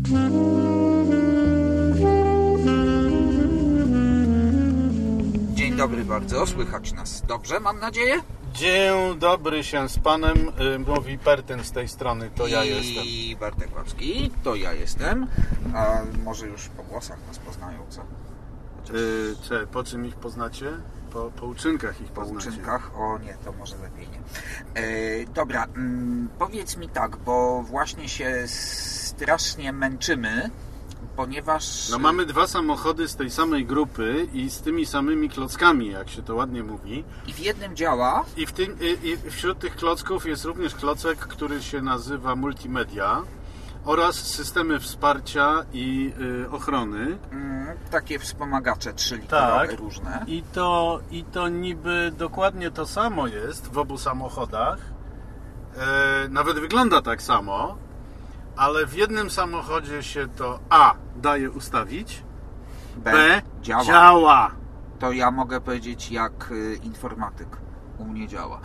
Dzień dobry bardzo, słychać nas dobrze, mam nadzieję? Dzień dobry się z panem, mówi Perten z tej strony, to ja jestem. I Bartek Łapski, to ja jestem. A może już po głosach nas poznają, co? Po czym ich poznacie? Po uczynkach ich Po poznacie. uczynkach? O nie, to może lepiej nie. Dobra, powiedz mi tak, bo właśnie się strasznie męczymy, ponieważ... No mamy dwa samochody z tej samej grupy i z tymi samymi klockami, jak się to ładnie mówi. I w jednym działa... I wśród tych klocków jest również klocek, który się nazywa multimedia oraz systemy wsparcia i ochrony. Takie wspomagacze 3-litrowe Tak. różne. I to niby dokładnie to samo jest w obu samochodach. Nawet wygląda tak samo, ale w jednym samochodzie się to A daje ustawić, B działa. To ja mogę powiedzieć jak informatyk. U mnie działa.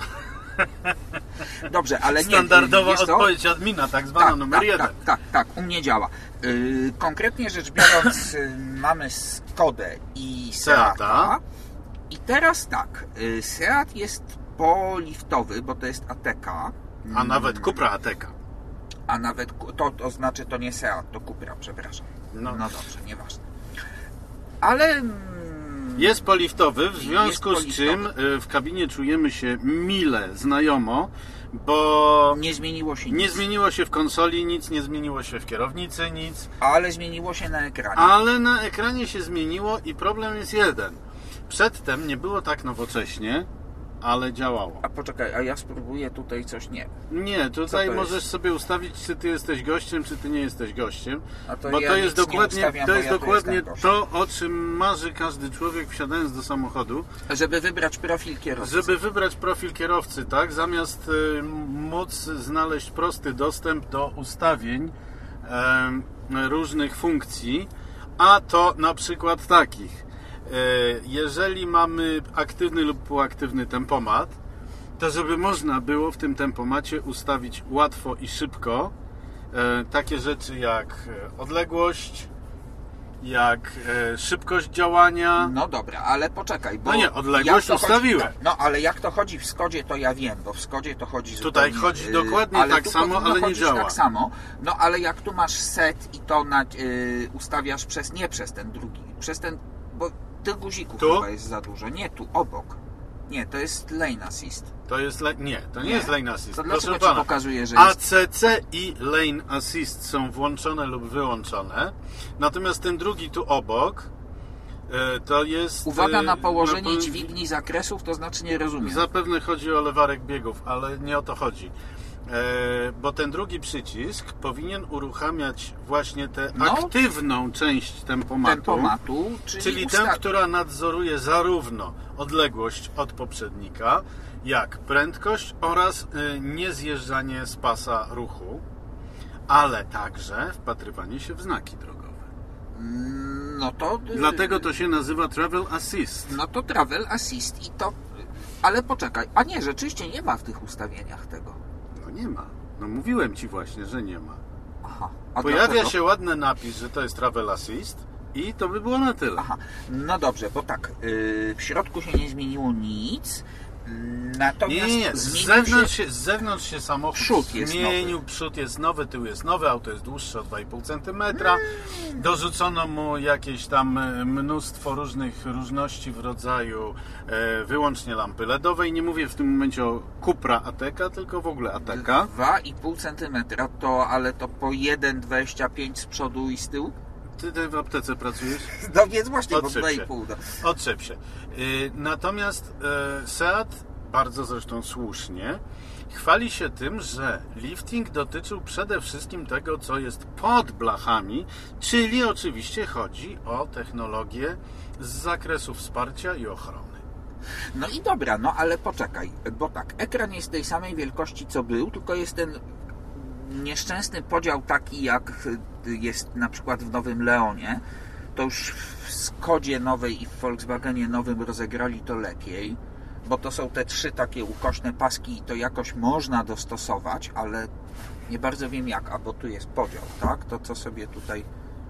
Dobrze, ale nie... Standardowa wiesz co? odpowiedź admina, tak zwana numer 1. Tak, u mnie działa. Konkretnie rzecz biorąc, mamy Skodę i Seata. I teraz tak, Seat jest poliftowy, bo to jest ATK. A nawet Cupra ATK. A nawet, to znaczy to nie Seat, to Cupra, przepraszam. No dobrze, nieważne. Ale... Jest poliftowy, w związku z czym w kabinie czujemy się mile, znajomo, bo nie zmieniło się nic. Nie zmieniło się w konsoli nic, nie zmieniło się w kierownicy nic. Ale zmieniło się na ekranie. Ale na ekranie się zmieniło i problem jest jeden. Przedtem nie było tak nowocześnie, ale działało. A poczekaj, a ja spróbuję tutaj coś Nie, tutaj możesz sobie ustawić, czy ty jesteś gościem, czy ty nie jesteś gościem. Bo to jest dokładnie to, o czym marzy każdy człowiek wsiadając do samochodu. Żeby wybrać profil kierowcy. Tak? Zamiast móc znaleźć prosty dostęp do ustawień różnych funkcji, a to na przykład takich. Jeżeli mamy aktywny lub półaktywny tempomat, to żeby można było w tym tempomacie ustawić łatwo i szybko takie rzeczy jak odległość, jak szybkość działania. No dobra, ale poczekaj, bo... No nie, odległość ustawiłem. No ale jak to chodzi w Skodzie, to ja wiem, bo w Skodzie to chodzi zupełnie... Tutaj chodzi dokładnie tak samo, ale nie działa. Tak samo, no ale jak tu masz set i to ustawiasz przez ten drugi, bo tych guzików chyba jest za dużo. Nie, tu, obok. Nie, to jest lane assist. To nie jest lane assist. To dlaczego ci pokazuje, że jest... ACC i lane assist są włączone lub wyłączone. Natomiast ten drugi tu obok to jest... Uwaga na położenie dźwigni zakresów, to znaczy nie rozumiem. Zapewne chodzi o lewarek biegów, ale nie o to chodzi. Bo ten drugi przycisk powinien uruchamiać właśnie tę aktywną część tempomatu, czyli tę, która nadzoruje zarówno odległość od poprzednika, jak prędkość oraz niezjeżdżanie z pasa ruchu, ale także wpatrywanie się w znaki drogowe. Dlatego to się nazywa Travel Assist. No to Travel Assist i to... Ale poczekaj, a nie, rzeczywiście nie ma w tych ustawieniach tego. Nie ma. No mówiłem ci właśnie, że nie ma. Aha. Pojawia się ładny napis, że to jest Travel Assist i to by było na tyle. Aha. No dobrze, bo tak, w środku się nie zmieniło nic, natomiast nie. Z zewnątrz się samochód zmienił, przód jest nowy, tył jest nowy, auto jest dłuższe o 2,5 cm. Dorzucono mu jakieś tam mnóstwo różności w rodzaju wyłącznie lampy LEDowej. Nie mówię w tym momencie o Cupra ATK, tylko w ogóle ATK. 2,5 cm ale to po 1,25 z przodu i z tyłu? Ty w aptece pracujesz? No więc właśnie, bo 2,5. Otrzep się. Natomiast Seat, bardzo zresztą słusznie, chwali się tym, że lifting dotyczył przede wszystkim tego, co jest pod blachami, czyli oczywiście chodzi o technologię z zakresu wsparcia i ochrony. No i dobra, no ale poczekaj, bo tak, ekran jest tej samej wielkości, co był, tylko jest ten nieszczęsny podział taki, jak jest na przykład w nowym Leonie. To już w Skodzie nowej i w Volkswagenie nowym rozegrali to lepiej, bo to są te 3 takie ukośne paski i to jakoś można dostosować, ale Nie bardzo wiem jak, bo tu jest podział, tak? To co sobie tutaj...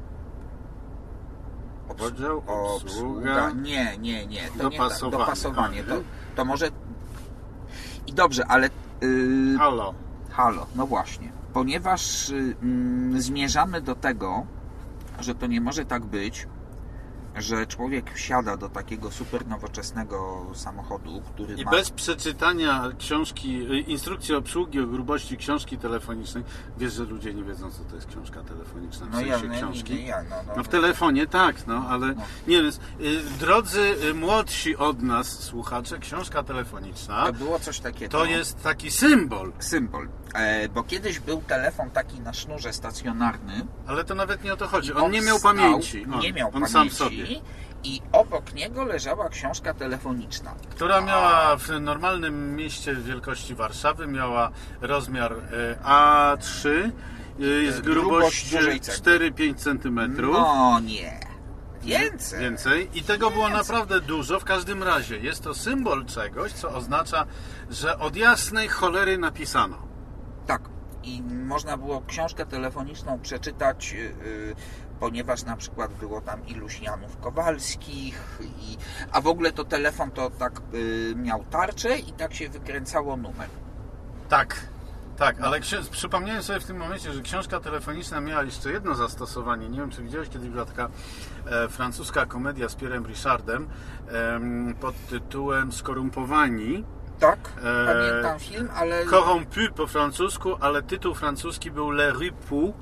Podział, obsługa... Nie. To dopasowanie. Nie tak. Dopasowanie. To może... I dobrze, ale... Halo, no właśnie. Ponieważ zmierzamy do tego, że to nie może tak być, że człowiek wsiada do takiego super nowoczesnego samochodu, który i bez przeczytania książki, instrukcji obsługi o grubości książki telefonicznej, wiesz, że ludzie nie wiedzą, co to jest książka telefoniczna, w sensie książki. W telefonie tak, ale nie wiem, drodzy młodsi od nas słuchacze, książka telefoniczna to było coś takiego. To jest taki symbol. Bo kiedyś był telefon taki na sznurze stacjonarny. Ale to nawet nie o to chodzi. On nie miał pamięci. On sam sobie. I obok niego leżała książka telefoniczna. Która miała w normalnym mieście wielkości Warszawy, miała rozmiar A3, jest grubość 4-5 cm. No nie. Więcej. I tego było naprawdę dużo. W każdym razie jest to symbol czegoś, co oznacza, że od jasnej cholery napisano. Tak. I można było książkę telefoniczną przeczytać, ponieważ na przykład było tam iluś Janów Kowalskich, a w ogóle to telefon to tak miał tarczę i tak się wykręcało numer. Tak, ale przypomniałem sobie w tym momencie, że książka telefoniczna miała jeszcze jedno zastosowanie. Nie wiem, czy widziałeś, kiedyś była taka francuska komedia z Pierre'em Richardem pod tytułem Skorumpowani. Tak, pamiętam film, ale... Corrompu po francusku, ale tytuł francuski był Le Ripoux.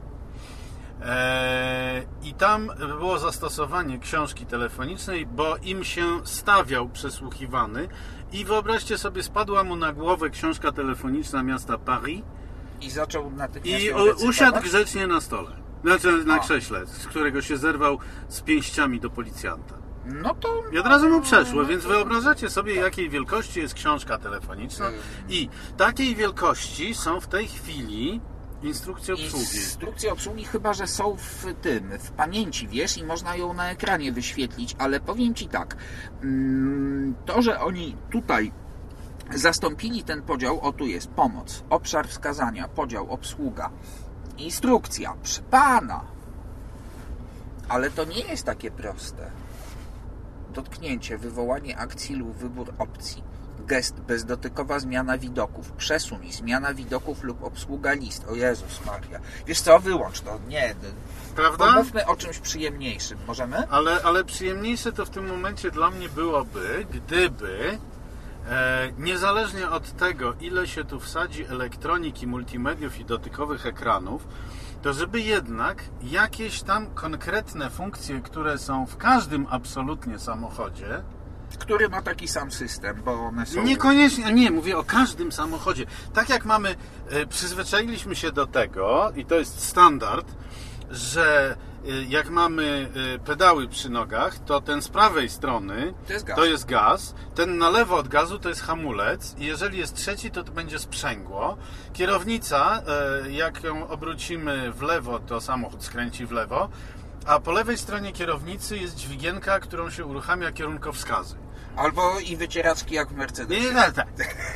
I tam było zastosowanie książki telefonicznej, bo im się stawiał przesłuchiwany i wyobraźcie sobie, spadła mu na głowę książka telefoniczna miasta Paris i zaczął natychmiast i usiadł grzecznie na stole, znaczy na krześle, z którego się zerwał z pięściami do policjanta. No to... I od razu mu przeszło, więc wyobrażacie sobie, jakiej wielkości jest książka telefoniczna i takiej wielkości są w tej chwili instrukcje obsługi. Instrukcje obsługi chyba, że są w pamięci, wiesz, i można ją na ekranie wyświetlić, ale powiem Ci tak, to, że oni tutaj zastąpili ten podział, tu jest pomoc, obszar wskazania, podział, obsługa, instrukcja, przy Pana, ale to nie jest takie proste. Dotknięcie, wywołanie akcji lub wybór opcji. Gest, bezdotykowa zmiana widoków. Przesuń, zmiana widoków lub obsługa list. O Jezus Maria. Wiesz co, wyłącz to. Nie. Prawda? Pomówmy o czymś przyjemniejszym. Możemy? Ale przyjemniejsze to w tym momencie dla mnie byłoby, gdyby niezależnie od tego, ile się tu wsadzi elektroniki, multimediów i dotykowych ekranów, to żeby jednak jakieś tam konkretne funkcje, które są w każdym absolutnie samochodzie, który ma taki sam system, bo one są... Niekoniecznie, nie, mówię o każdym samochodzie. Tak jak mamy, przyzwyczailiśmy się do tego, i to jest standard, że jak mamy pedały przy nogach, to ten z prawej strony to jest gaz, ten na lewo od gazu to jest hamulec i jeżeli jest trzeci, to będzie sprzęgło. Kierownica, jak ją obrócimy w lewo, to samochód skręci w lewo, a po lewej stronie kierownicy jest dźwigienka, którą się uruchamia kierunkowskazy. Albo i wycieraczki jak w Mercedesie. Nie, tak.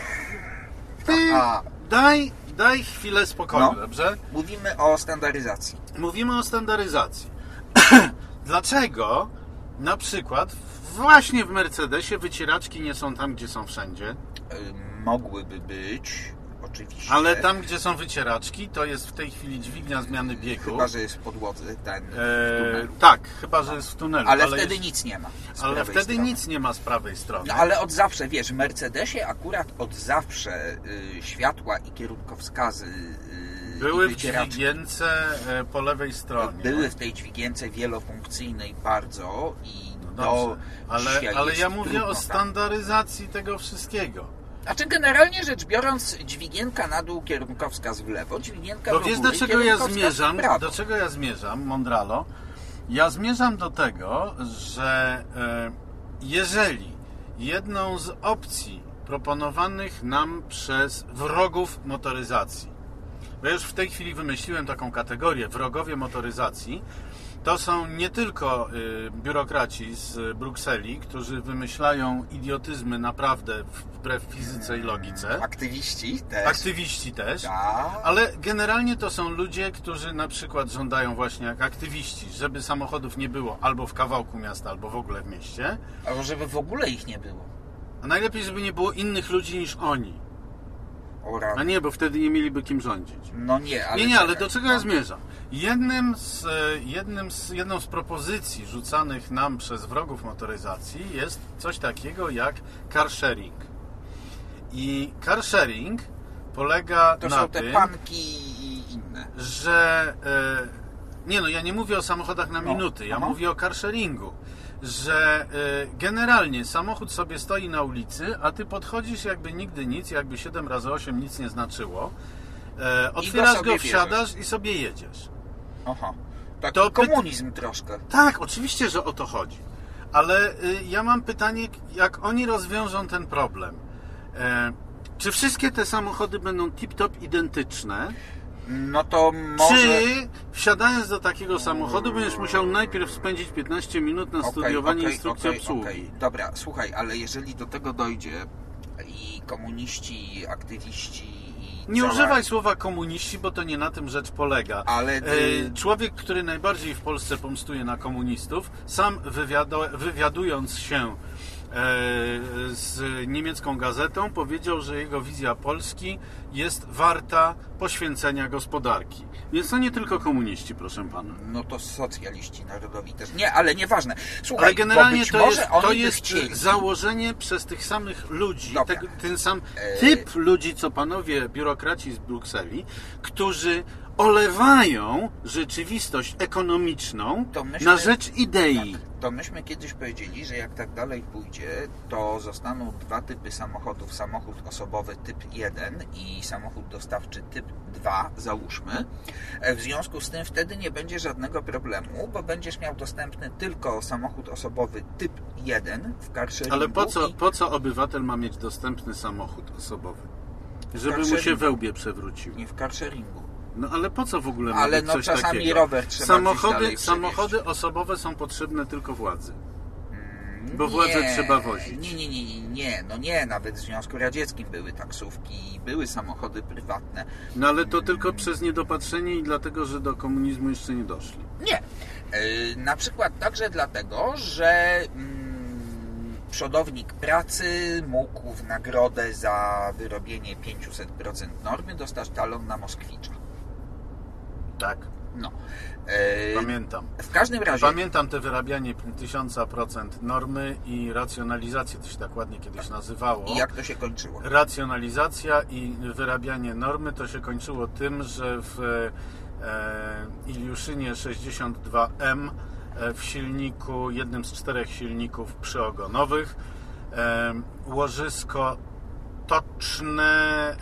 Daj chwilę spokoju, dobrze? Mówimy o standaryzacji. Mówimy o standaryzacji. Dlaczego na przykład właśnie w Mercedesie wycieraczki nie są tam, gdzie są wszędzie? Mogłyby być, oczywiście. Ale tam, gdzie są wycieraczki, to jest w tej chwili dźwignia zmiany biegu. Chyba, że jest w podłodze w tunelu. Tak, chyba, że jest w tunelu. Ale wtedy nic nie ma. Ale wtedy strony. Nic nie ma z prawej strony. No ale od zawsze, wiesz, w Mercedesie akurat od zawsze światła i kierunkowskazy były w dźwigience po lewej stronie. Były w tej dźwigience wielofunkcyjnej bardzo i ale ja mówię o standaryzacji tego wszystkiego. Znaczy generalnie rzecz biorąc, dźwigienka na dół, kierunkowskaz w lewo, dźwigienka do góry, wiesz, do czego ja zmierzam, Mondralo? Ja zmierzam do tego, że jeżeli jedną z opcji proponowanych nam przez wrogów motoryzacji Bo ja już w tej chwili wymyśliłem taką kategorię, wrogowie motoryzacji. To są nie tylko biurokraci z Brukseli, którzy wymyślają idiotyzmy naprawdę wbrew fizyce i logice. Aktywiści też. Ale generalnie to są ludzie, którzy na przykład żądają właśnie jak aktywiści, żeby samochodów nie było albo w kawałku miasta, albo w ogóle w mieście. Albo żeby w ogóle ich nie było. A najlepiej, żeby nie było innych ludzi niż oni. A nie, bo wtedy nie mieliby kim rządzić. No nie, ale... Nie, ale do czego ja zmierzam? Jedną z propozycji rzucanych nam przez wrogów motoryzacji jest coś takiego jak car sharing. I car sharing polega to na są te tym, panki i inne. Że... ja nie mówię o samochodach na minuty, ja mówię o car sharingu. Że generalnie samochód sobie stoi na ulicy, a ty podchodzisz jakby nigdy nic, jakby 7x8 nic nie znaczyło, otwierasz go, wsiadasz i sobie jedziesz. Aha, taki komunizm troszkę. Tak, oczywiście, że o to chodzi. Ale ja mam pytanie, jak oni rozwiążą ten problem? Czy wszystkie te samochody będą tip-top identyczne? No to może... Czy wsiadając do takiego samochodu będziesz musiał najpierw spędzić 15 minut na studiowanie instrukcji obsługi? Dobra, słuchaj, ale jeżeli do tego dojdzie i komuniści, i aktywiści... Nie używaj słowa komuniści, bo to nie na tym rzecz polega. Ale człowiek, który najbardziej w Polsce pomstuje na komunistów, sam wywiadując się z niemiecką gazetą, powiedział, że jego wizja Polski jest warta poświęcenia gospodarki. Więc to nie tylko komuniści, proszę pana. No to socjaliści narodowi też. Nie, ale nieważne. Słuchaj, ale generalnie to jest założenie przez tych samych ludzi, ten sam typ ludzi, co panowie biurokraci z Brukseli, którzy olewają rzeczywistość ekonomiczną na rzecz idei. Tak, to myśmy kiedyś powiedzieli, że jak tak dalej pójdzie, to zostaną dwa typy samochodów. Samochód osobowy typ 1 i samochód dostawczy typ 2, załóżmy. W związku z tym wtedy nie będzie żadnego problemu, bo będziesz miał dostępny tylko samochód osobowy typ 1 w carsharingu. Ale po co obywatel ma mieć dostępny samochód osobowy? Żeby mu się we łbie przewrócił. Nie w carsharingu. No ale po co w ogóle ma być coś czasami takiego? Rower trzeba Samochody osobowe są potrzebne tylko władzy. Bo władzę trzeba wozić. Nie, nawet w Związku Radzieckim były taksówki, były samochody prywatne. No ale to tylko przez niedopatrzenie i dlatego, że do komunizmu jeszcze nie doszli. Nie. Na przykład także dlatego, że przodownik pracy mógł w nagrodę za wyrobienie 500% normy dostać talon na Moskwicza. Tak. No. Pamiętam. W każdym razie... Pamiętam te wyrabianie 1000% normy i racjonalizację, to się tak ładnie kiedyś nazywało. I jak to się kończyło? Racjonalizacja i wyrabianie normy to się kończyło tym, że w Iliuszynie 62M w silniku, jednym z 4 silników przyogonowych, łożysko toczne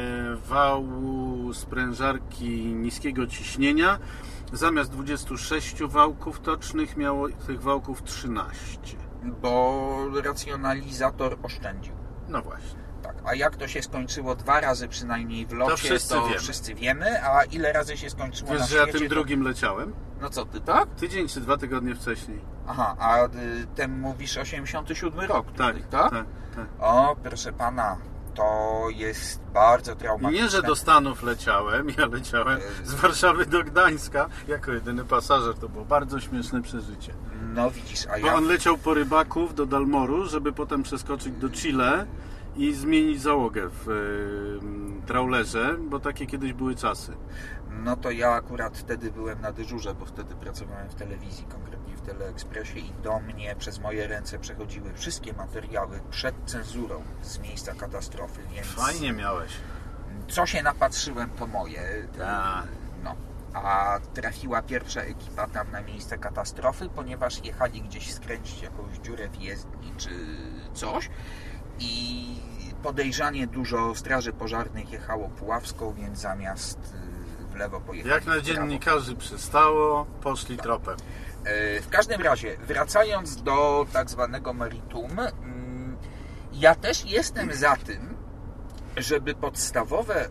wału sprężarki niskiego ciśnienia zamiast 26 wałków tocznych miało tych wałków 13. Bo racjonalizator oszczędził. No właśnie. Tak, a jak to się skończyło 2 razy przynajmniej w locie, to wszyscy wiemy, a ile razy się skończyło na świecie? Wiesz, że ja tym drugim leciałem? No co ty, tak? Tydzień czy 2 tygodnie wcześniej. Aha, a ten mówisz 87 rok tutaj, tak? Tak. O, proszę pana, to jest bardzo traumatyczne. Nie, że do Stanów leciałem, ja leciałem z Warszawy do Gdańska jako jedyny pasażer. To było bardzo śmieszne przeżycie. No widzisz, Bo on leciał po rybaków do Dalmoru, żeby potem przeskoczyć do Chile i zmienić załogę w trawlerze, bo takie kiedyś były czasy. No to ja akurat wtedy byłem na dyżurze, bo wtedy pracowałem w telewizji, konkretnie w Teleekspresie i do mnie przez moje ręce przechodziły wszystkie materiały przed cenzurą z miejsca katastrofy, więc... Fajnie miałeś. Co się napatrzyłem, to moje. Tak. No. A trafiła pierwsza ekipa tam na miejsce katastrofy, ponieważ jechali gdzieś skręcić jakąś dziurę w jezdni czy coś i podejrzanie dużo straży pożarnych jechało Puławską, więc zamiast w lewo pojechali. Jak na dziennikarzy przystało, poszli tropem. W każdym razie, wracając do tak zwanego meritum, ja też jestem za tym, żeby podstawowe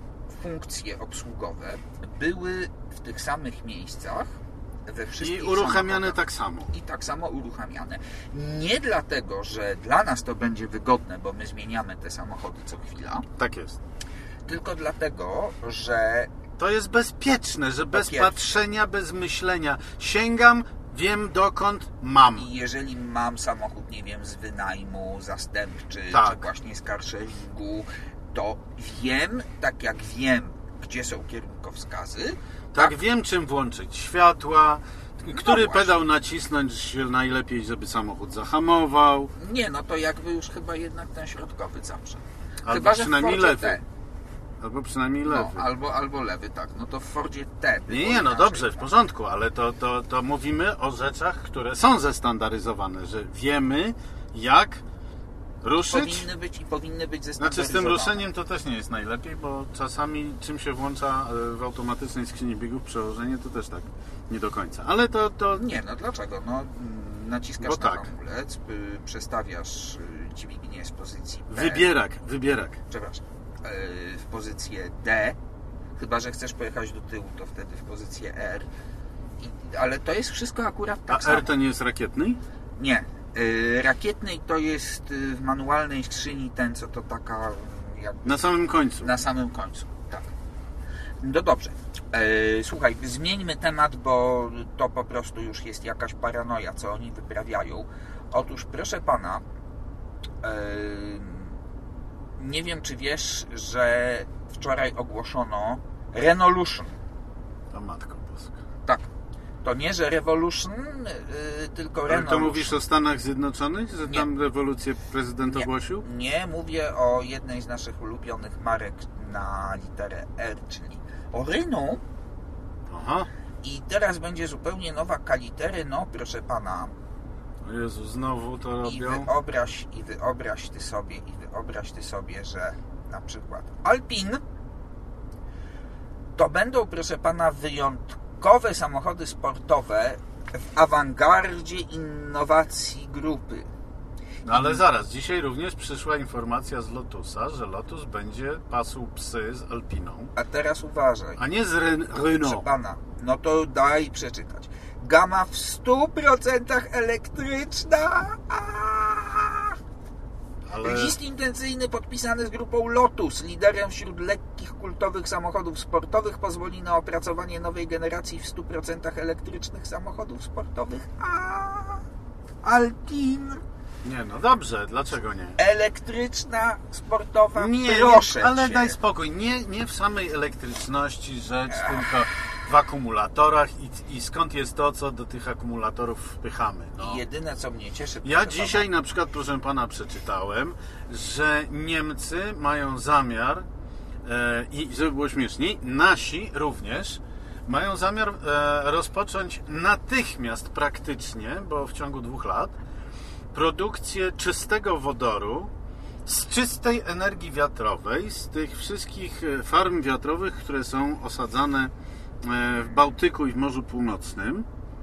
funkcje obsługowe były w tych samych miejscach we wszystkich i uruchamiane tak samo. I tak samo uruchamiane. Nie dlatego, że dla nas to będzie wygodne, bo my zmieniamy te samochody co chwila. Tak jest. Tylko dlatego, że to jest bezpieczne, że bez patrzenia, bez myślenia sięgam, wiem dokąd mam. I jeżeli mam samochód, nie wiem, z wynajmu, zastępczy, czy właśnie z carsharingu, to wiem, tak jak wiem, gdzie są kierunkowskazy. Tak wiem, czym włączyć światła, który pedał nacisnąć najlepiej, żeby samochód zahamował. Nie, no to jakby już chyba jednak ten środkowy zawsze. Albo chyba, przynajmniej lewy. Albo przynajmniej lewy. No, albo lewy, tak. No to w Fordzie T. Nie, no dobrze, w porządku, ale to mówimy o rzeczach, które są zestandaryzowane, że wiemy, jak ruszyć. Powinny być zestandaryzowane. Znaczy z tym ruszeniem to też nie jest najlepiej, bo czasami czym się włącza w automatycznej skrzyni biegów przełożenie, to też tak nie do końca. Ale to... Nie, no dlaczego? No, naciskasz na hamulec, przestawiasz dźwignię z pozycji B. Wybierak. Przepraszam. W pozycję D, chyba że chcesz pojechać do tyłu, to wtedy w pozycję R. Ale to jest wszystko akurat tak samo. A R to nie jest rakietny? Nie. Rakietny to jest w manualnej skrzyni ten, co to taka... Na samym końcu. Na samym końcu, tak. No dobrze. Słuchaj, zmieńmy temat, bo to po prostu już jest jakaś paranoja, co oni wyprawiają. Otóż, proszę pana, nie wiem, czy wiesz, że wczoraj ogłoszono Renolution. O matko boska. Tak. To nie, że Revolution, tylko Renolution. Ale to mówisz o Stanach Zjednoczonych? Że nie. Tam rewolucję prezydent ogłosił? Nie, mówię o jednej z naszych ulubionych marek na literę R, czyli o Renault. Aha. I teraz będzie zupełnie nowa kalitery, no proszę pana. O Jezu, znowu to robią? I wyobraź ty sobie, że na przykład Alpine to będą, proszę pana, wyjątkowe samochody sportowe w awangardzie innowacji grupy. No ale zaraz, dzisiaj również przyszła informacja z Lotusa, że Lotus będzie pasł psy z Alpiną. A teraz uważaj. A nie z Renault. Proszę pana, no to daj przeczytać. Gama w 100% elektryczna. Ale... List intencyjny podpisany z grupą Lotus, liderem wśród lekkich, kultowych samochodów sportowych, pozwoli na opracowanie nowej generacji w 100% elektrycznych samochodów sportowych. Alpine. Nie, no dobrze, dlaczego nie? Elektryczna, sportowa, nie, proszę ale cię. daj spokój, nie w samej elektryczności rzecz, tylko w akumulatorach i skąd jest to, co do tych akumulatorów wpychamy. No. I jedyne, co mnie cieszy... Ja dzisiaj na przykład, proszę pana, przeczytałem, że Niemcy mają zamiar, i żeby było śmieszniej, nasi również mają zamiar rozpocząć natychmiast praktycznie, bo w ciągu 2 lat, produkcję czystego wodoru z czystej energii wiatrowej, z tych wszystkich farm wiatrowych, które są osadzane w Bałtyku i w Morzu Północnym.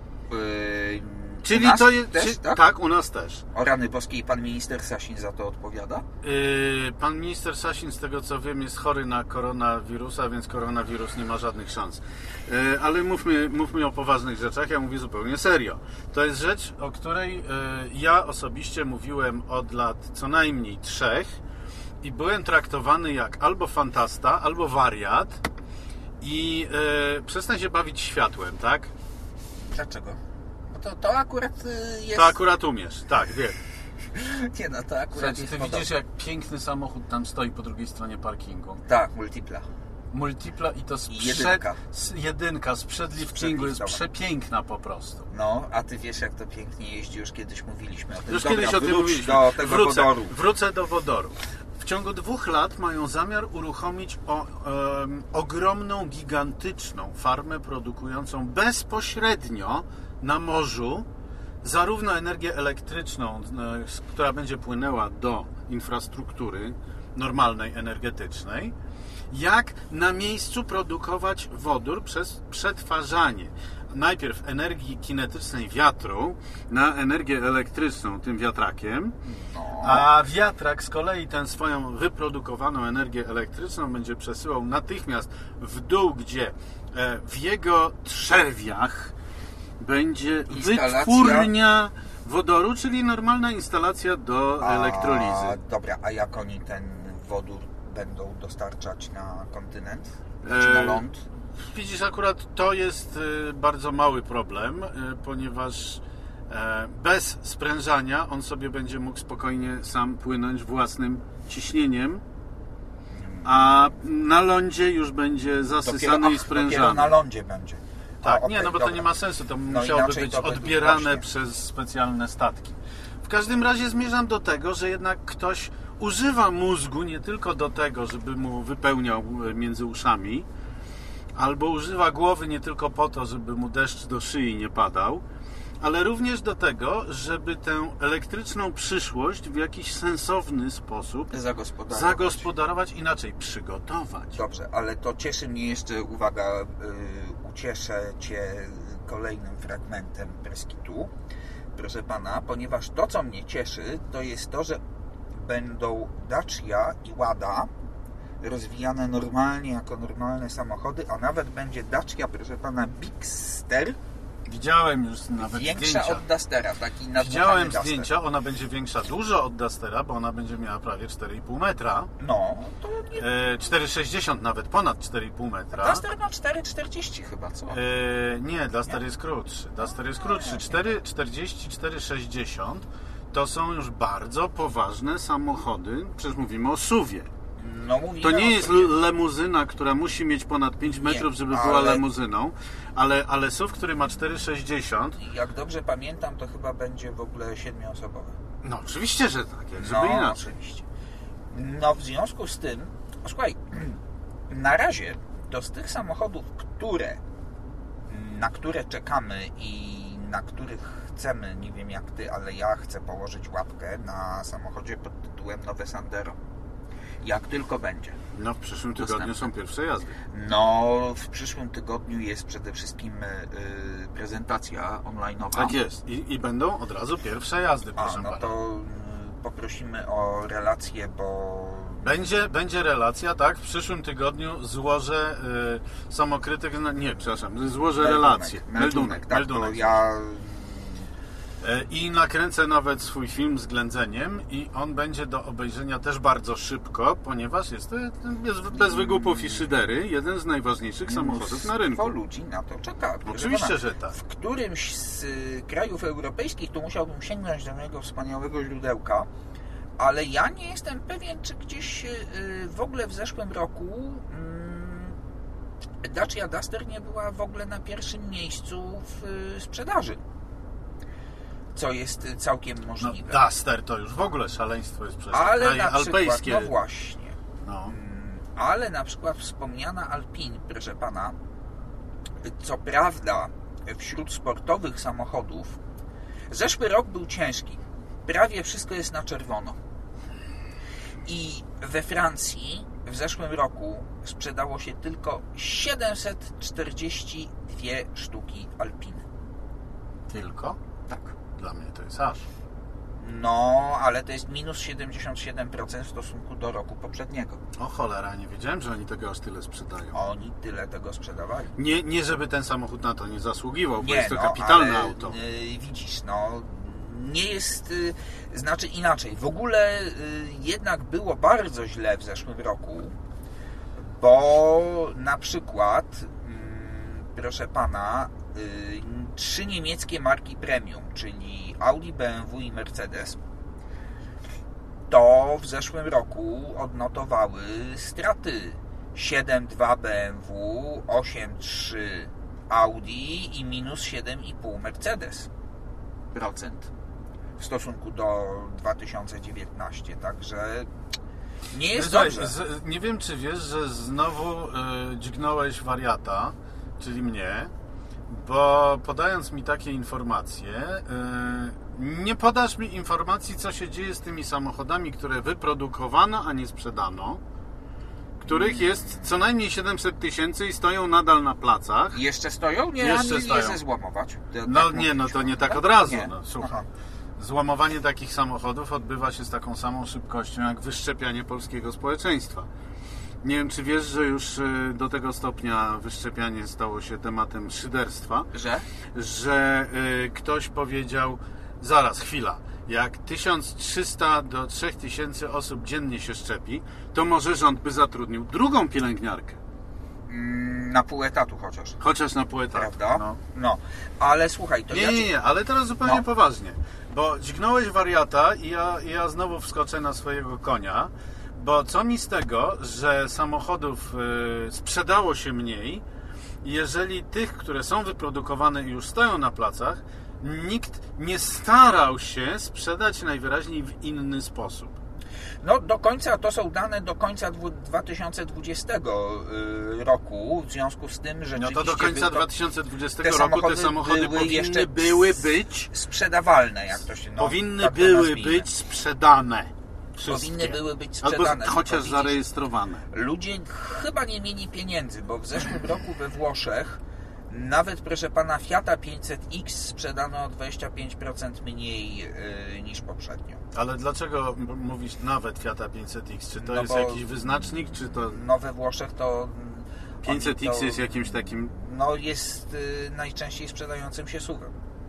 Czyli to jest. Też, tak? Tak, u nas też. O rany boskie, i pan minister Sasin za to odpowiada? Pan minister Sasin, z tego co wiem, jest chory na koronawirusa, więc koronawirus nie ma żadnych szans. Ale mówmy o poważnych rzeczach, ja mówię zupełnie serio. To jest rzecz, o której ja osobiście mówiłem od lat co najmniej 3 i byłem traktowany jak albo fantasta, albo wariat i przestań się bawić światłem, tak? Dlaczego? To akurat jest... To akurat umiesz, tak, wiem. Nie no, to akurat Ty widzisz, jak piękny samochód tam stoi po drugiej stronie parkingu. Tak, Multipla. Multipla i to jedynka sprzed liftingu jest przepiękna po prostu. No, a ty wiesz, jak to pięknie jeździ, już kiedyś mówiliśmy o tym. Już kiedyś o tym mówiliśmy. Do tego wodoru. Wrócę do wodoru. W ciągu 2 lat mają zamiar uruchomić ogromną, gigantyczną farmę produkującą bezpośrednio na morzu zarówno energię elektryczną, która będzie płynęła do infrastruktury normalnej, energetycznej, jak na miejscu produkować wodór przez przetwarzanie. najpierw energii kinetycznej wiatru na energię elektryczną tym wiatrakiem, a wiatrak z kolei tę swoją wyprodukowaną energię elektryczną będzie przesyłał natychmiast w dół, gdzie w jego trzewniach będzie wytwórnia wodoru, czyli normalna instalacja do elektrolizy. Dobra, a jak oni ten wodór będą dostarczać na kontynent? Czy na ląd? Widzisz, akurat to jest bardzo mały problem, ponieważ bez sprężania on sobie będzie mógł spokojnie sam płynąć własnym ciśnieniem, a na lądzie już będzie zasysany i sprężany. Dopiero na lądzie będzie. Tak, bo to nie ma sensu, to musiałoby być odbierane przez specjalne statki. W każdym razie zmierzam do tego, że jednak ktoś używa mózgu nie tylko do tego, żeby mu wypełniał między uszami, albo używa głowy nie tylko po to, żeby mu deszcz do szyi nie padał, ale również do tego, żeby tę elektryczną przyszłość w jakiś sensowny sposób zagospodarować, inaczej przygotować. Dobrze, ale to cieszy mnie jeszcze, uwaga, ucieszę Cię kolejnym fragmentem Preskitu, proszę Pana, ponieważ to, co mnie cieszy, to jest to, że będą Dacia i Lada rozwijane normalnie jako normalne samochody, a nawet będzie Dacia, proszę Pana, Bigster. Widziałem już nawet większa zdjęcia. Od Dustera, taki Widziałem zdjęcia, ona będzie większa dużo od Dustera, bo ona będzie miała prawie 4,5 metra. No, to nie... 4,60 nawet, ponad 4,5 metra. Duster ma 4,40 chyba, co? Nie, Duster jest krótszy. Duster jest krótszy. 4,40, 4,60 to są już bardzo poważne samochody, przecież mówimy o SUV-ie. To nie jest lemuzyna, która musi mieć ponad 5 metrów, żeby była lemuzyną, ale SUV, który ma 4,60... Jak dobrze pamiętam, to chyba będzie w ogóle 7-osobowe. No oczywiście, że tak, jak żeby inaczej. Oczywiście. No w związku z tym, słuchaj, na razie to z tych samochodów, na które czekamy i na których chcemy, nie wiem jak Ty, ale ja chcę położyć łapkę na samochodzie pod tytułem nowe Sandero. Jak tylko będzie. No w przyszłym tygodniu są pierwsze jazdy. No w przyszłym tygodniu jest przede wszystkim prezentacja online'owa. Tak jest. I będą od razu pierwsze jazdy, proszę Pana. To poprosimy o relację, bo... Będzie relacja, tak? W przyszłym tygodniu złożę samokrytyk... złożę relację. Meldunek. Ja... I nakręcę nawet swój film z ględzeniem i on będzie do obejrzenia też bardzo szybko, ponieważ jest bez wygłupów i szydery jeden z najważniejszych samochodów na rynku. Ludzi na to czeka. Oczywiście, że tak. W którymś z krajów europejskich to musiałbym sięgnąć do mojego wspaniałego źródełka, ale ja nie jestem pewien, czy gdzieś w ogóle w zeszłym roku Dacia Duster nie była w ogóle na pierwszym miejscu w sprzedaży. Co jest całkiem możliwe. No, Duster to już w ogóle szaleństwo jest przez kraje alpejskie. No właśnie. Ale na przykład wspomniana Alpine, proszę Pana, co prawda wśród sportowych samochodów zeszły rok był ciężki. Prawie wszystko jest na czerwono. I we Francji w zeszłym roku sprzedało się tylko 742 sztuki Alpiny. Tylko? Tak. Dla mnie to jest aż. No, ale to jest minus 77% w stosunku do roku poprzedniego. O cholera, nie wiedziałem, że oni tego aż tyle sprzedają. Oni tyle tego sprzedawali. Nie żeby ten samochód na to nie zasługiwał, bo jest to kapitalne auto. Widzisz, nie jest, znaczy inaczej. W ogóle jednak było bardzo źle w zeszłym roku, bo na przykład, proszę Pana, 3 niemieckie marki premium, czyli Audi, BMW i Mercedes, to w zeszłym roku odnotowały straty. 7,2 BMW, 8,3 Audi i minus 7,5 Mercedes procent w stosunku do 2019, także nie jest dobrze. Nie wiem, czy wiesz, że znowu dźgnąłeś wariata, czyli mnie, bo podając mi takie informacje, nie podasz mi informacji, co się dzieje z tymi samochodami, które wyprodukowano, a nie sprzedano, których jest co najmniej 700 000 i stoją nadal na placach. Jeszcze stoją? Nie, jeszcze nie ze złamować. To nie tak od razu. No, słuchaj. Złamowanie takich samochodów odbywa się z taką samą szybkością jak wyszczepianie polskiego społeczeństwa. Nie wiem, czy wiesz, że już do tego stopnia wyszczepianie stało się tematem szyderstwa, że ktoś powiedział, zaraz, chwila, jak 1300 do 3000 osób dziennie się szczepi, to może rząd by zatrudnił drugą pielęgniarkę. Na pół etatu chociaż. Chociaż na pół etatu. Prawda? No. Ale słuchaj, to Nie, ale teraz zupełnie poważnie. Bo dźgnąłeś wariata i ja znowu wskoczę na swojego konia, bo co mi z tego, że samochodów sprzedało się mniej, jeżeli tych, które są wyprodukowane i już stoją na placach, nikt nie starał się sprzedać najwyraźniej w inny sposób. No do końca, to są dane do końca 2020 roku, w związku z tym, że no to do końca 2020 roku te samochody powinny były być sprzedawalne, jak to się powinny tak były być sprzedane. Wszystkie. Powinny były być sprzedane. Albo chociaż zarejestrowane. Ludzie chyba nie mieli pieniędzy, bo w zeszłym roku we Włoszech nawet, proszę pana, Fiata 500X sprzedano o 25% mniej niż poprzednio. Ale dlaczego mówisz nawet Fiata 500X? Czy to jest jakiś wyznacznik, czy to... No we Włoszech to... 500X jest jakimś takim... No jest najczęściej sprzedającym się SUV-em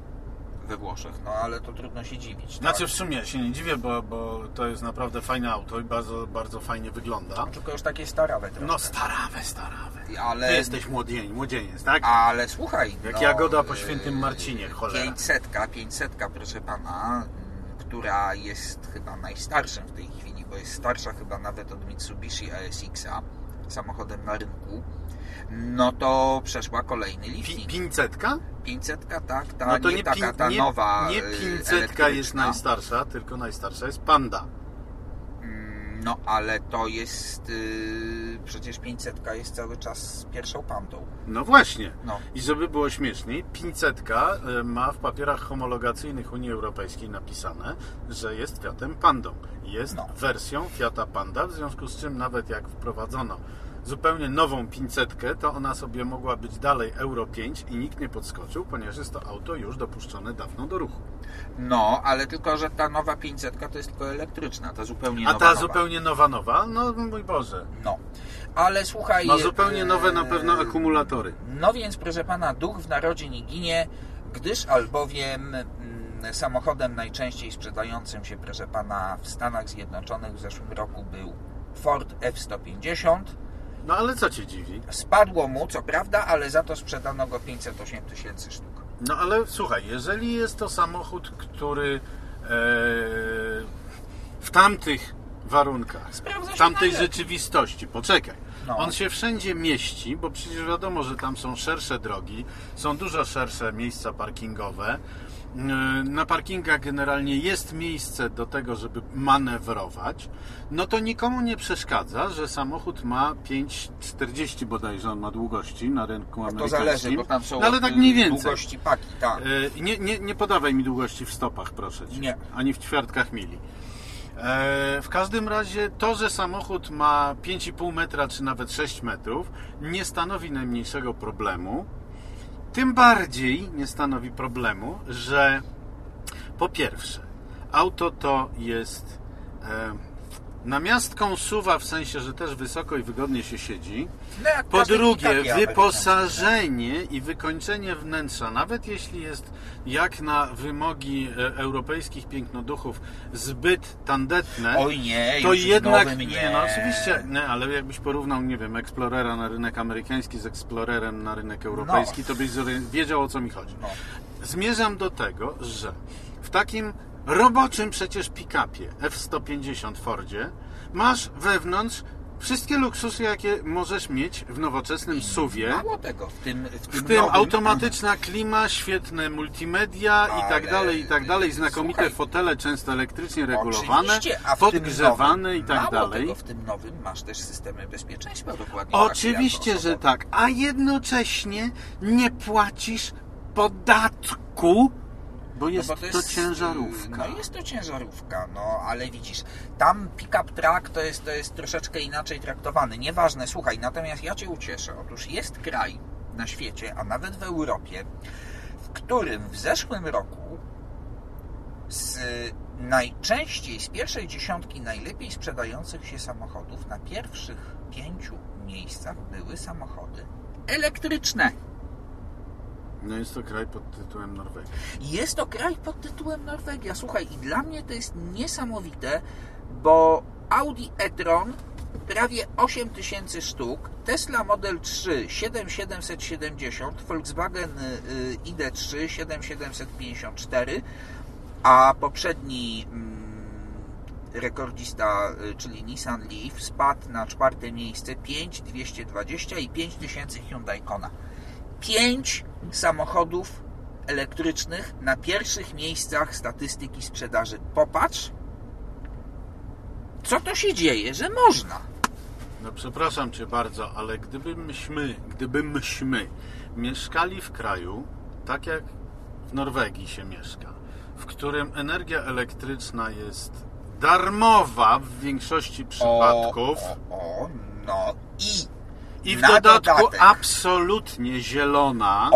we Włoszech, no ale to trudno się dziwić. Tak? Znaczy w sumie się nie dziwię, bo to jest naprawdę fajne auto i bardzo, bardzo fajnie wygląda. Tylko już takie starawe trochę. No starawe. Ale... Ty jesteś młodzieniec, tak? Ale słuchaj... Jak Jagoda po świętym Marcinie, cholera. 500, proszę pana, która jest chyba najstarszym w tej chwili, bo jest starsza chyba nawet od Mitsubishi ASX-a, samochodem na rynku, no to przeszła kolejny liftning. 500? 500, tak, ta, no to nie taka, ta nowa nie 500 jest najstarsza, tylko najstarsza jest Panda. No ale to jest przecież 500 jest cały czas pierwszą Pandą. No właśnie. No. I żeby było śmieszniej, 500 ma w papierach homologacyjnych Unii Europejskiej napisane, że jest Fiatem Pandą. Jest wersją Fiata Panda, w związku z czym nawet jak wprowadzono zupełnie nową 500, to ona sobie mogła być dalej Euro 5 i nikt nie podskoczył, ponieważ jest to auto już dopuszczone dawno do ruchu. No, ale tylko, że ta nowa 500 to jest tylko elektryczna, ta zupełnie nowa. A ta zupełnie nowa? No mój Boże. No, ale słuchaj... Ma zupełnie nowe na pewno akumulatory. No więc, proszę pana, duch w narodzie nie ginie, gdyż albowiem samochodem najczęściej sprzedającym się, proszę pana, w Stanach Zjednoczonych w zeszłym roku był Ford F-150. No ale co cię dziwi? Spadło mu, co prawda, ale za to sprzedano go 508 000 sztuk. No ale słuchaj, jeżeli jest to samochód, który w tamtych warunkach, w tamtej rzeczywistości, poczekaj, on się wszędzie mieści, bo przecież wiadomo, że tam są szersze drogi, są dużo szersze miejsca parkingowe. Na parkingach generalnie jest miejsce do tego, żeby manewrować, no to nikomu nie przeszkadza, że samochód ma 5,40 bodajże on ma długości na rynku amerykańskim. To zależy, bo tam są ale tak mniej więcej. Długości paki, tak. Nie podawaj mi długości w stopach, proszę Cię. Nie. Ani w ćwiartkach mili. W każdym razie to, że samochód ma 5,5 metra czy nawet 6 metrów nie stanowi najmniejszego problemu. Tym bardziej nie stanowi problemu, że po pierwsze auto to jest namiastką SUV-a, w sensie, że też wysoko i wygodnie się siedzi. No po drugie, wyposażenie i wykończenie wnętrza, nawet jeśli jest jak na wymogi europejskich pięknoduchów zbyt tandetne, to jednak no oczywiście, ale jakbyś porównał, nie wiem, Explorera na rynek amerykański z Explorerem na rynek europejski, to byś wiedział, o co mi chodzi. Zmierzam do tego, że w takim roboczym przecież pick-upie F-150 Fordzie masz wewnątrz wszystkie luksusy, jakie możesz mieć w nowoczesnym SUV-ie. Mało tego, w tym automatyczna klima, świetne multimedia i tak dalej, znakomite fotele, często elektrycznie regulowane, podgrzewane i tak dalej. Tego, w tym nowym masz też systemy bezpieczeństwa dokładnie. Oczywiście, że tak, a jednocześnie nie płacisz podatku Bo jest, no bo to ciężarówka. No jest to ciężarówka, no ale widzisz, tam pick-up truck to jest troszeczkę inaczej traktowany. Nieważne, słuchaj, natomiast ja Cię ucieszę. Otóż jest kraj na świecie, a nawet w Europie, w którym w zeszłym roku z pierwszej dziesiątki najlepiej sprzedających się samochodów na pierwszych 5 miejscach były samochody elektryczne. No jest to kraj pod tytułem Norwegia. Jest to kraj pod tytułem Norwegia. Słuchaj, i dla mnie to jest niesamowite, bo Audi e-tron prawie 8000 sztuk, Tesla Model 3 7770, Volkswagen ID3 7754, a poprzedni rekordzista, czyli Nissan Leaf, spadł na 4. miejsce 5220 i 5000 Hyundai Kona. 5 samochodów elektrycznych na pierwszych miejscach statystyki sprzedaży. Popatrz, co to się dzieje, że można. No przepraszam Cię bardzo, ale gdybyśmy mieszkali w kraju, tak jak w Norwegii się mieszka, w którym energia elektryczna jest darmowa w większości przypadków. No i w dodatku absolutnie zielona.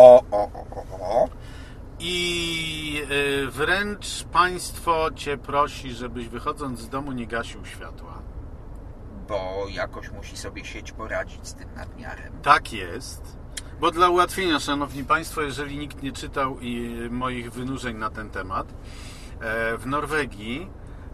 I wręcz państwo Cię prosi, żebyś wychodząc z domu nie gasił światła. Bo jakoś musi sobie sieć poradzić z tym nadmiarem. Tak jest. Bo dla ułatwienia, szanowni państwo, jeżeli nikt nie czytał moich wynurzeń na ten temat, w Norwegii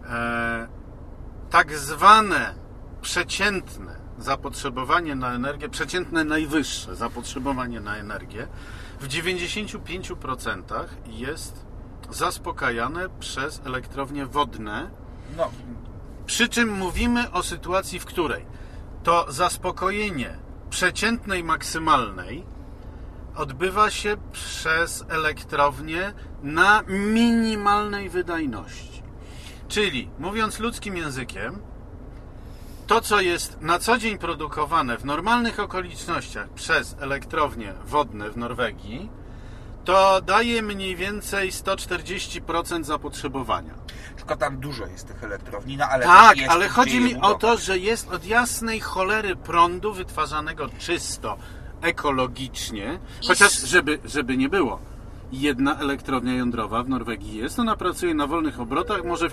tak zwane przeciętne zapotrzebowanie na energię, przeciętne najwyższe zapotrzebowanie na energię w 95% jest zaspokajane przez elektrownie wodne. No. Przy czym mówimy o sytuacji, w której to zaspokojenie przeciętnej maksymalnej odbywa się przez elektrownię na minimalnej wydajności. Czyli, mówiąc ludzkim językiem, to, co jest na co dzień produkowane w normalnych okolicznościach przez elektrownie wodne w Norwegii, to daje mniej więcej 140% zapotrzebowania. Tylko tam dużo jest tych elektrowni, no ale tak, ale chodzi mi o to, że jest od jasnej cholery prądu wytwarzanego czysto, ekologicznie, chociaż żeby nie było. Jedna elektrownia jądrowa w Norwegii jest, ona pracuje na wolnych obrotach, może w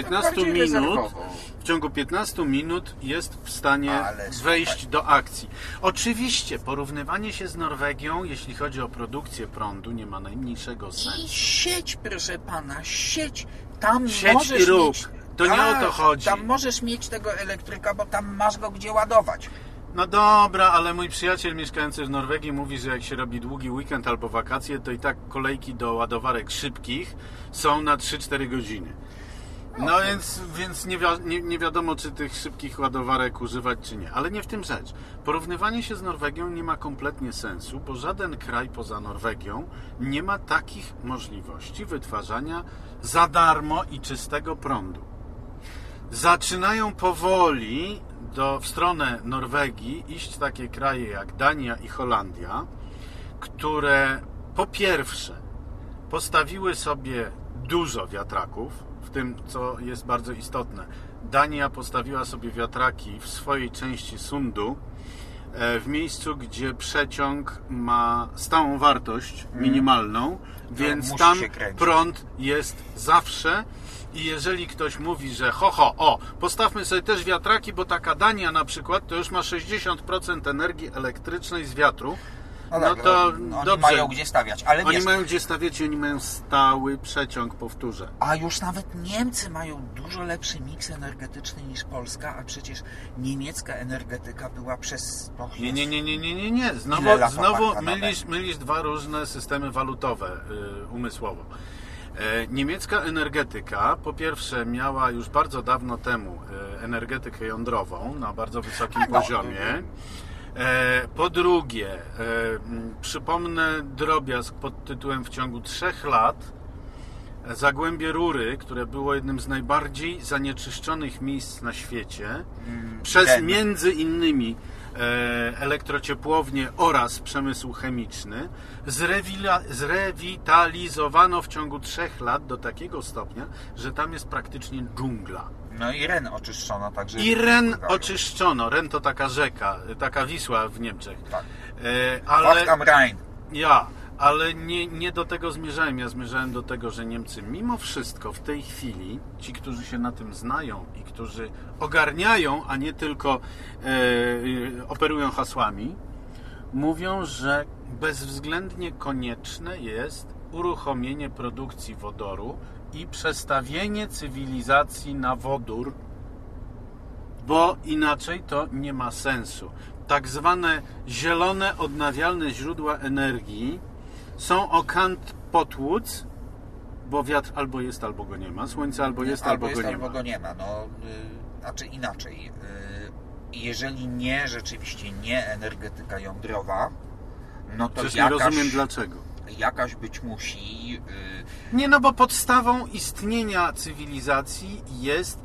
ciągu 15 minut jest w stanie wejść do akcji. Oczywiście porównywanie się z Norwegią, jeśli chodzi o produkcję prądu, nie ma najmniejszego sensu. I sieć, proszę pana, sieć. Tam sieć możesz i rób. mieć, to nie o to chodzi. Tam możesz mieć tego elektryka, bo tam masz go gdzie ładować. No dobra, ale mój przyjaciel mieszkający w Norwegii mówi, że jak się robi długi weekend albo wakacje, to i tak kolejki do ładowarek szybkich są na 3-4 godziny. No więc nie wiadomo, czy tych szybkich ładowarek używać, czy nie. Ale nie w tym rzecz. Porównywanie się z Norwegią nie ma kompletnie sensu, bo żaden kraj poza Norwegią nie ma takich możliwości wytwarzania za darmo i czystego prądu. Zaczynają powoli w stronę Norwegii iść takie kraje jak Dania i Holandia, które po pierwsze postawiły sobie dużo wiatraków, w tym, co jest bardzo istotne, Dania postawiła sobie wiatraki w swojej części Sundu, w miejscu, gdzie przeciąg ma stałą wartość minimalną, więc tam prąd jest zawsze. I jeżeli ktoś mówi, że postawmy sobie też wiatraki, bo taka Dania na przykład to już ma 60% energii elektrycznej z wiatru, no to oni mają gdzie stawiać. Ale oni mają gdzie stawiać i oni mają stały przeciąg, powtórzę. A już nawet Niemcy mają dużo lepszy miks energetyczny niż Polska, a przecież niemiecka energetyka była przez... Nie. Znowu mylisz dwa różne systemy walutowe umysłowo. Niemiecka energetyka po pierwsze miała już bardzo dawno temu energetykę jądrową na bardzo wysokim poziomie. Po drugie, przypomnę drobiazg pod tytułem w ciągu 3 lat Zagłębie Rury, które było jednym z najbardziej zanieczyszczonych miejsc na świecie, przez między innymi elektrociepłownię oraz przemysł chemiczny, zrewitalizowano w ciągu 3 lat do takiego stopnia, że tam jest praktycznie dżungla. No i Ren oczyszczono także. I Ren oczyszczono. Ren to taka rzeka, taka Wisła w Niemczech. Tak. Ale am Rhein. Ale nie do tego zmierzałem. Ja zmierzałem do tego, że Niemcy mimo wszystko w tej chwili, ci, którzy się na tym znają i którzy ogarniają, a nie tylko operują hasłami, mówią, że bezwzględnie konieczne jest uruchomienie produkcji wodoru i przestawienie cywilizacji na wodór, bo inaczej to nie ma sensu. Tak zwane zielone, odnawialne źródła energii są o kant potłuc, bo wiatr albo jest, albo go nie ma, słońce albo jest, albo go nie ma. No, znaczy inaczej. Jeżeli rzeczywiście nie energetyka jądrowa, no to nie rozumiem dlaczego. Jakaś być musi. Nie, no bo podstawą istnienia cywilizacji jest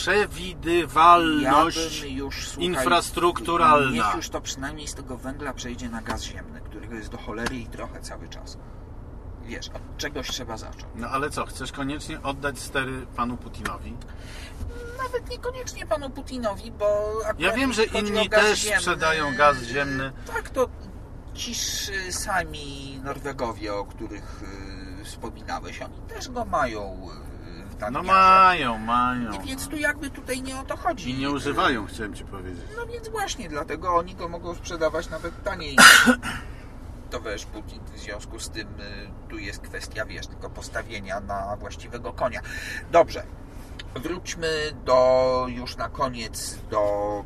przewidywalność infrastrukturalna. Niech już to przynajmniej z tego węgla przejdzie na gaz ziemny, którego jest do cholery i trochę cały czas. Wiesz, od czegoś trzeba zacząć. No ale co, chcesz koniecznie oddać stery panu Putinowi? Nawet niekoniecznie panu Putinowi, bo... Ja wiem, że inni też sprzedają gaz ziemny. Tak, to ci sami Norwegowie, o których wspominałeś, oni też go mają w nadmiarze. No mają. Więc tu jakby tutaj nie o to chodzi. I nie używają, chciałem ci powiedzieć. No więc właśnie, dlatego oni go mogą sprzedawać nawet taniej. To wiesz, Putin, w związku z tym tu jest kwestia, tylko postawienia na właściwego konia. Dobrze, wróćmy już na koniec do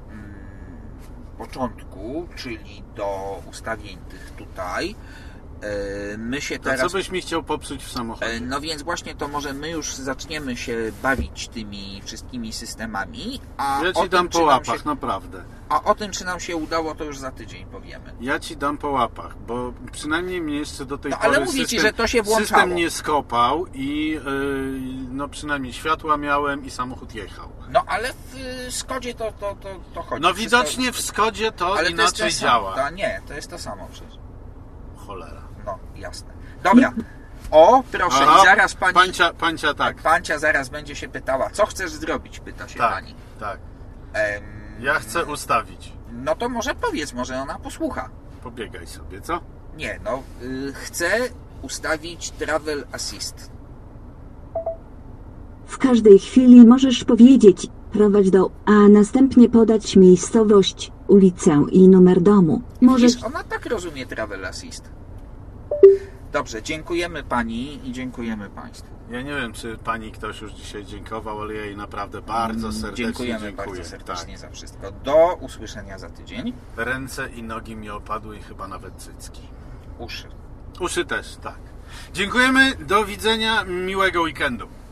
początku, czyli do ustawień tych tutaj. My się teraz... A co byś mi chciał popsuć w samochodzie? No więc właśnie to może my już zaczniemy się bawić tymi wszystkimi systemami. Ja ci dam po łapach, naprawdę. A o tym, czy nam się udało, to już za tydzień powiemy. Ja ci dam po łapach, bo przynajmniej mnie jeszcze do tej pory ale mówię ci, że to się włączało. System nie skopał i no przynajmniej światła miałem i samochód jechał. No ale w Skodzie to chodzi. No widocznie w Skodzie to ale inaczej to działa. Nie, to jest to samo przecież. Cholera. No, jasne. Dobra. O, proszę, i zaraz pani... Pancia, tak. Pancia zaraz będzie się pytała, co chcesz zrobić, pyta się pani. Tak. Ja chcę ustawić. No to może powiedz, może ona posłucha. Pobiegaj sobie, co? Nie, no, chcę ustawić Travel Assist. W każdej chwili możesz powiedzieć, prowadź do, a następnie podać miejscowość, ulicę i numer domu. Widzisz, ona tak rozumie Travel Assist. Dobrze, dziękujemy pani i dziękujemy państwu. Ja nie wiem, czy pani ktoś już dzisiaj dziękował, ale ja jej naprawdę bardzo serdecznie dziękuję. Bardzo serdecznie za wszystko. Do usłyszenia za tydzień. Ręce i nogi mi opadły i chyba nawet cycki. Uszy. Uszy też, tak. Dziękujemy, do widzenia, miłego weekendu.